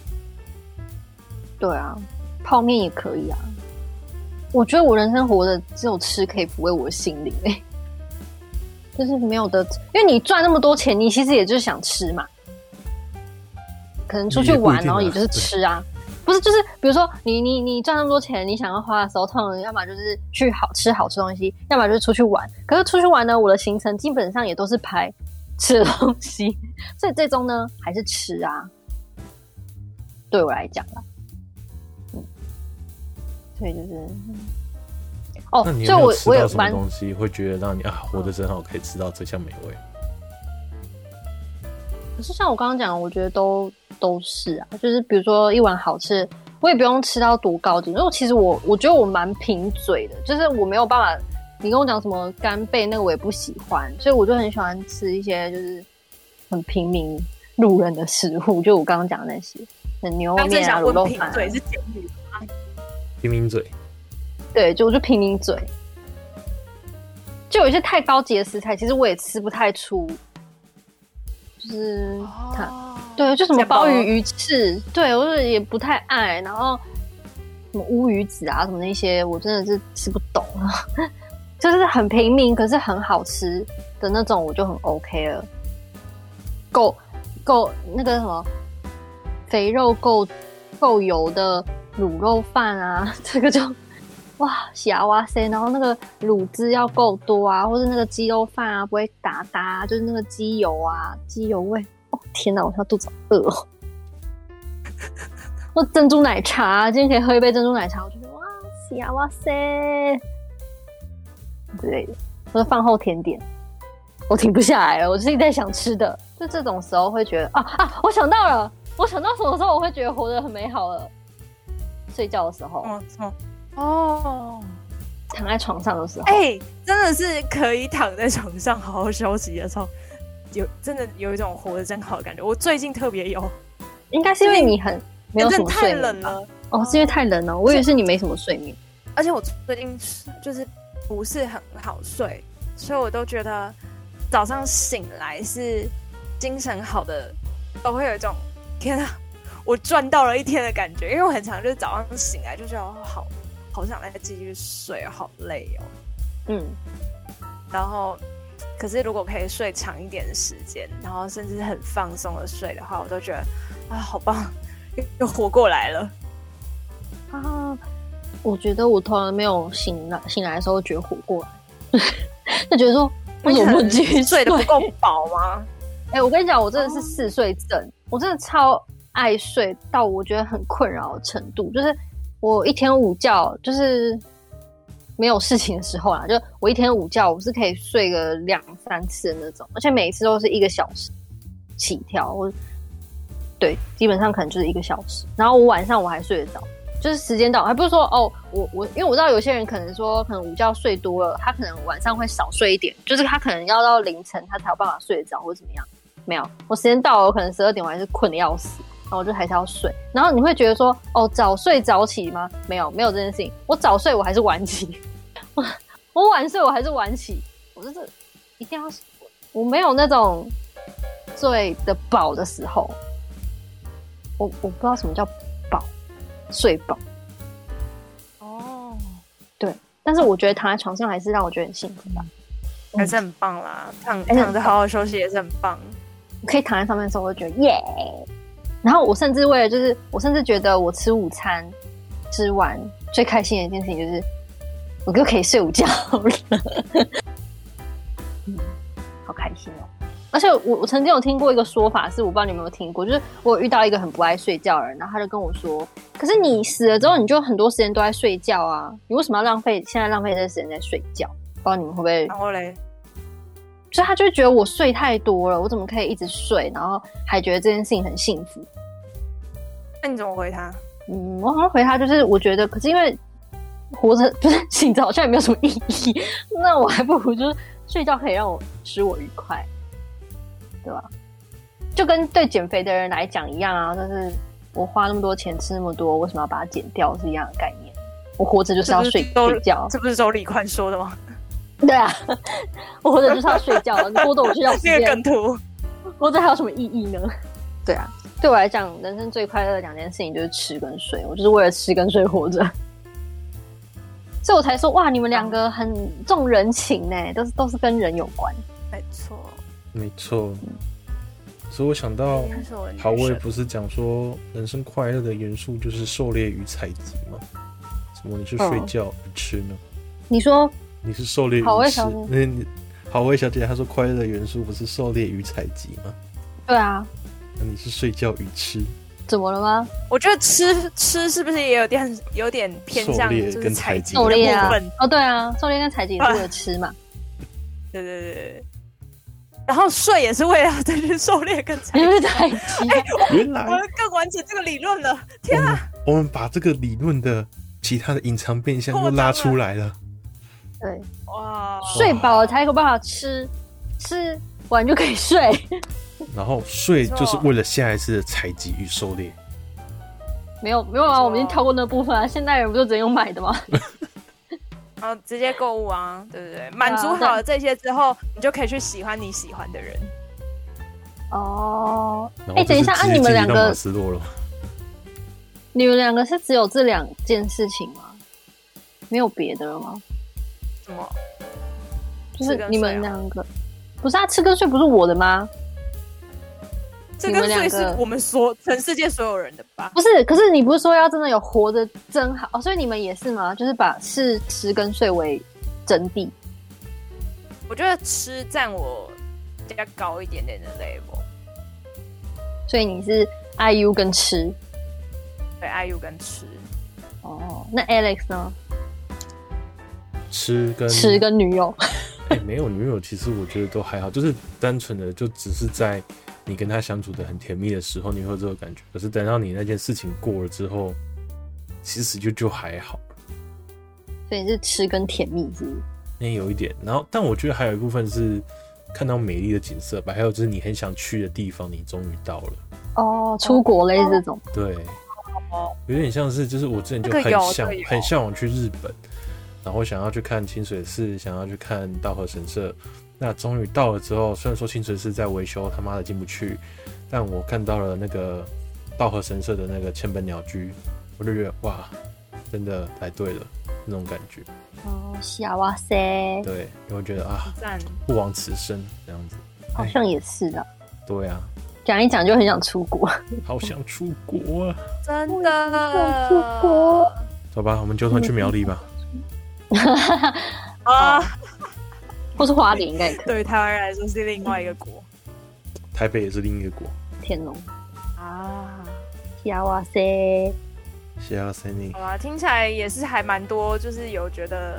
对啊，泡面也可以啊。我觉得我人生活的只有吃可以抚慰我的心灵就是没有的，因为你赚那么多钱，你其实也就是想吃嘛，可能出去玩，然后也就是吃啊，不是就是比如说你赚那么多钱，你想要花的时候，通常要么就是去好吃东西，要么就是出去玩。可是出去玩呢，我的行程基本上也都是排吃的东西，所以最终呢还是吃啊，对我来讲啦。所以就是那你有没有吃到什么东西会觉得让你活得真好，可以吃到这项美味？ 可是像我刚刚讲的，我觉得都是啊，就是比如说一碗好吃，我也不用吃到多高级，因为其实我觉得我蛮贫嘴的，就是我没有办法，你跟我讲什么干贝那个我也不喜欢，所以我就很喜欢吃一些就是很平民路人的食物，就我刚刚讲的那些，牛肉面啊、卤肉饭啊。 对，是简语。 平民嘴， 对，我就平民嘴，就有一些太高级的食材，其实我也吃不太出，就是对，就什么鲍鱼、鱼翅，对我也不太爱，然后什么乌鱼子啊什么那些，我真的是吃不懂啊，就是很平民，可是很好吃的那种，我就很 OK 了，够那个什么肥肉够油的。卤肉饭啊，这个就哇塞，然后那个卤汁要够多啊，或是那个鸡肉饭啊不会打啊，就是那个鸡油啊，鸡油味。天哪，我现在肚子好饿哦。或珍珠奶茶，今天可以喝一杯珍珠奶茶，我觉得哇塞之类的。或者饭后甜点，我停不下来了，我就是一直在想吃的。就这种时候会觉得我想到了，我想到什么时候我会觉得活得很美好了。睡觉的时候，躺在床上的时候， 真的是可以躺在床上好好休息的时候，真的有一种活得真好的感觉。我最近特别有， 应该是因为你没有什么睡眠太冷了是因为太冷了，我以为是你没什么睡眠。 而且我最近就是不是很好睡，所以我都觉得早上醒来是精神好的，都会有一种天啊。我赚到了一天的感觉，因为我很常就是早上醒来就觉得好想再继续睡，好累哦。然后可是如果可以睡长一点的时间，然后甚至很放松的睡的话，我都觉得好棒，又活过来了。 我觉得我从来没有醒来的时候觉得活过来，就觉得说为什么不继续睡得不够饱吗？ 我跟你讲，我真的是嗜睡症，我真的超爱睡到我觉得很困扰的程度，就是我一天午觉，就是没有事情的时候啦，就我一天午觉，我是可以睡个2-3次的那种，而且每一次都是1个小时起跳，对，基本上可能就是1个小时，然后我晚上我还睡得着，就是时间到，还不是说我因为我知道有些人可能说可能午觉睡多了，他可能晚上会少睡一点，就是他可能要到凌晨他才有办法睡得着或者怎么样，没有，我时间到了，我可能12点我还是困得要死。 然后我就还是要睡。然后你会觉得说，哦，早睡早起吗？没有这件事情。我早睡我还是晚起，我晚睡我还是晚起。我就是一定要，我没有那种睡得饱的时候。我不知道什么叫饱，睡饱。 哦， 对，但是我觉得躺在床上还是让我觉得很幸福吧。 还是很棒啦，躺着好好休息也是很棒。 我可以躺在上面的时候，我就觉得耶。然后我甚至为了就是我甚至觉得我吃午餐吃完最开心的一件事情就是我就可以睡午觉了。好开心哦！而且我曾经有听过一个说法，是我不知道你有没有听过，就是我有遇到一个很不爱睡觉的人，然后他就跟我说：“可是你死了之后，你就很多时间都在睡觉啊，你为什么要现在浪费这些时间在睡觉？”不知道你们会不会？ 然后嘞， 所以他就会觉得我睡太多了，我怎么可以一直睡，然后还觉得这件事情很幸福？ 那你怎么回他？ 我好像回他就是，我觉得，可是因为活着就是醒着好像也没有什么意义，那我还不如就是睡觉可以让我使我愉快，对吧？就跟对减肥的人来讲一样啊，就是我花那么多钱吃那么多，为什么要把它减掉是一样的概念。我活着就是要睡觉， 这不是周礼宽说的吗？ 对啊，我活着就是要睡觉，你剥夺我睡觉时间， 这个梗图， 活着还有什么意义呢？对啊，对我来讲，人生最快乐的两件事情就是吃跟睡，我就是为了吃跟睡活着，所以我才说哇，你们两个很重人情呢，都是跟人有关。 没错。所以我想到郝威不是讲说人生快乐的元素就是狩猎与采集吗？什么你是睡觉与吃呢？ 你说你是狩猎与吃？郝威小姐她说快乐的元素不是狩猎与采集吗？对啊。那你是睡觉与吃？怎么了吗？ 我觉得吃是不是也有点偏向就是采集的部分？ 哦，对啊，狩猎跟采集是为了吃嘛。 对。然后睡也是为了再去狩猎跟采集。 原来我们更完整这个理论了，天啊！ 我们把这个理论的其他的隐藏变相又拉出来了。 对，哇，睡饱了才有办法吃完就可以睡。 然后睡就是为了下一次的采集与狩猎。 没有啊，我们已经跳过那部分啊。现代人不就只能用买的吗？ 然后直接购物啊，对不对？满足好了这些之后，你就可以去喜欢你喜欢的人。 哦，等一下，你们两个，你们两个是只有这两件事情吗？没有别的了吗？ 什么？ 就是你们两个，不是吃跟睡不是我的吗？ 这跟睡是我们全世界所有人的吧？ 不是，可是你不是说要真的有活着真好所以你们也是吗？就是把吃跟睡为真谛。 我觉得吃占我比较高一点点的 level， 所以你是 IU 跟吃， 对 IU 跟吃。 哦，那 Alex 呢？ 吃跟女友。 没有女友，其实我觉得都还好，就是单纯的就只是在你跟他相处的很甜蜜的时候，你会有这个感觉。可是等到你那件事情过了之后，其实就还好。 所以你是吃跟甜蜜是不是？ 有一点。然后，但我觉得还有一部分是看到美丽的景色吧，还有就是你很想去的地方，你终于到了。 哦，出国类这种。 对，有点像是就是我之前就很向往去日本。然后想要去看清水寺，想要去看稻荷神社，那终于到了之后，虽然说清水寺在维修，他妈的进不去，但我看到了那个稻荷神社的那个千本鸟居，我就觉得哇，真的来对了那种感觉。 哦，哇塞！ 对，你会觉得啊，不枉此生这样子。 好像也是的。 对啊， 讲一讲就很想出国， 好想出国啊！ 真的， 想出国。 走吧，我们就团去苗栗吧。 啊， 或是花莲应该也可以。 对于台湾人来说是另外一个国， 台北也是另一个国。 天龙啊， 哇塞， 幸せに。 好啊，听起来也是还蛮多，就是有觉得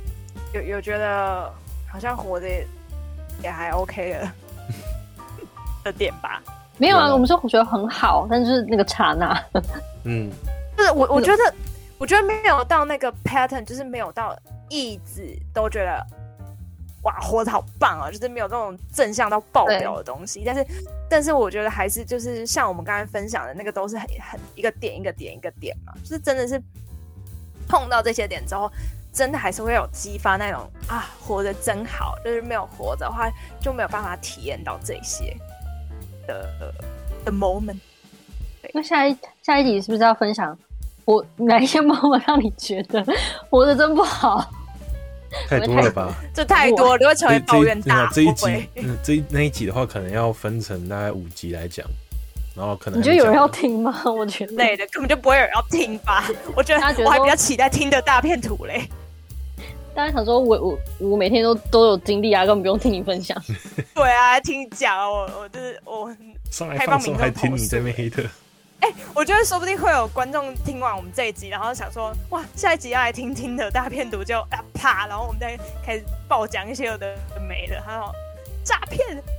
好像活着也还 OK 的点吧。 没有啊，我们说我觉得很好，但是那个刹那， 就是我觉得没有到那个 pattern， 就是没有到一直都觉得哇活得好棒啊，就是没有这种正向到爆表的东西。但是我觉得还是就是像我们刚才分享的那个，都是很一个点一个点一个点嘛，就是真的是碰到这些点之后，真的还是会有激发那种啊活得真好，就是没有活着的话就没有办法体验到这些的 moment。 那下一集是不是要分享哪一些 moment 让你觉得活得真不好？ 太多了吧？ 这太多了，就会成为抱怨大。 这一集，那一集的话，可能要分成大概5集来讲，然后可能你觉得有人要听吗？我觉得累的根本就不会有人要听吧。我觉得我还比较期待听的大片图嘞。 大家想说我每天都有经历啊，根本不用听你分享。 对啊，听你讲啊，我就是我上来放松，还听你在那边黑的。 我觉得说不定会有观众听完我们这一集，然后想说，哇，下一集要来听听的大片图就啪，然后我们再开始爆讲一些有的没的，还有诈骗。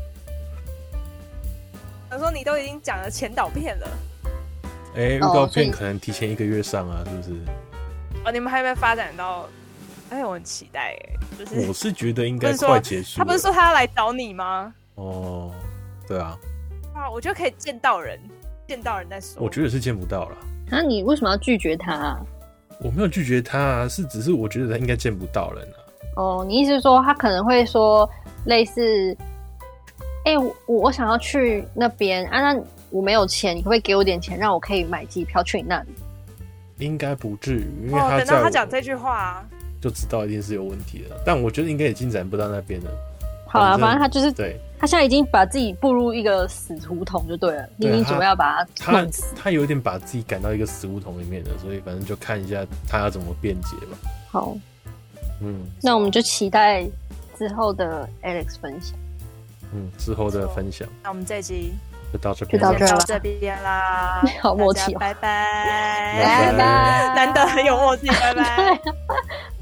想说你都已经讲了前导片了， 预告片可能提前1个月上啊，是不是？ 你们还没发展到？我很期待就是我是觉得应该快结束了。 他不是说他要来找你吗？ 哦，对啊。 我觉得可以见到人再说。 我觉得是见不到了。 那你为什么要拒绝他啊？ 我没有拒绝他啊，只是我觉得他应该见不到人啊。 哦，你意思是说他可能会说类似，我想要去那边啊，那我没有钱，你可不可以给我点钱，让我可以买机票去你那里？ 应该不至于，因为他等到他讲这句话， 就知道一定是有问题的。但我觉得应该也进展不到那边了。 好啦，反正他就是对， 他现在已经把自己步入一个死胡同就对了，你已经准备要把他弄死。 他有点把自己赶到一个死胡同里面了，所以反正就看一下他要怎么辩解吧。 好，那我们就期待之后的 Alex 分享。 之后的分享。 那我们这一集就到这边啦， 好默契哦， 拜拜， 拜拜， 难得很有默契，拜拜。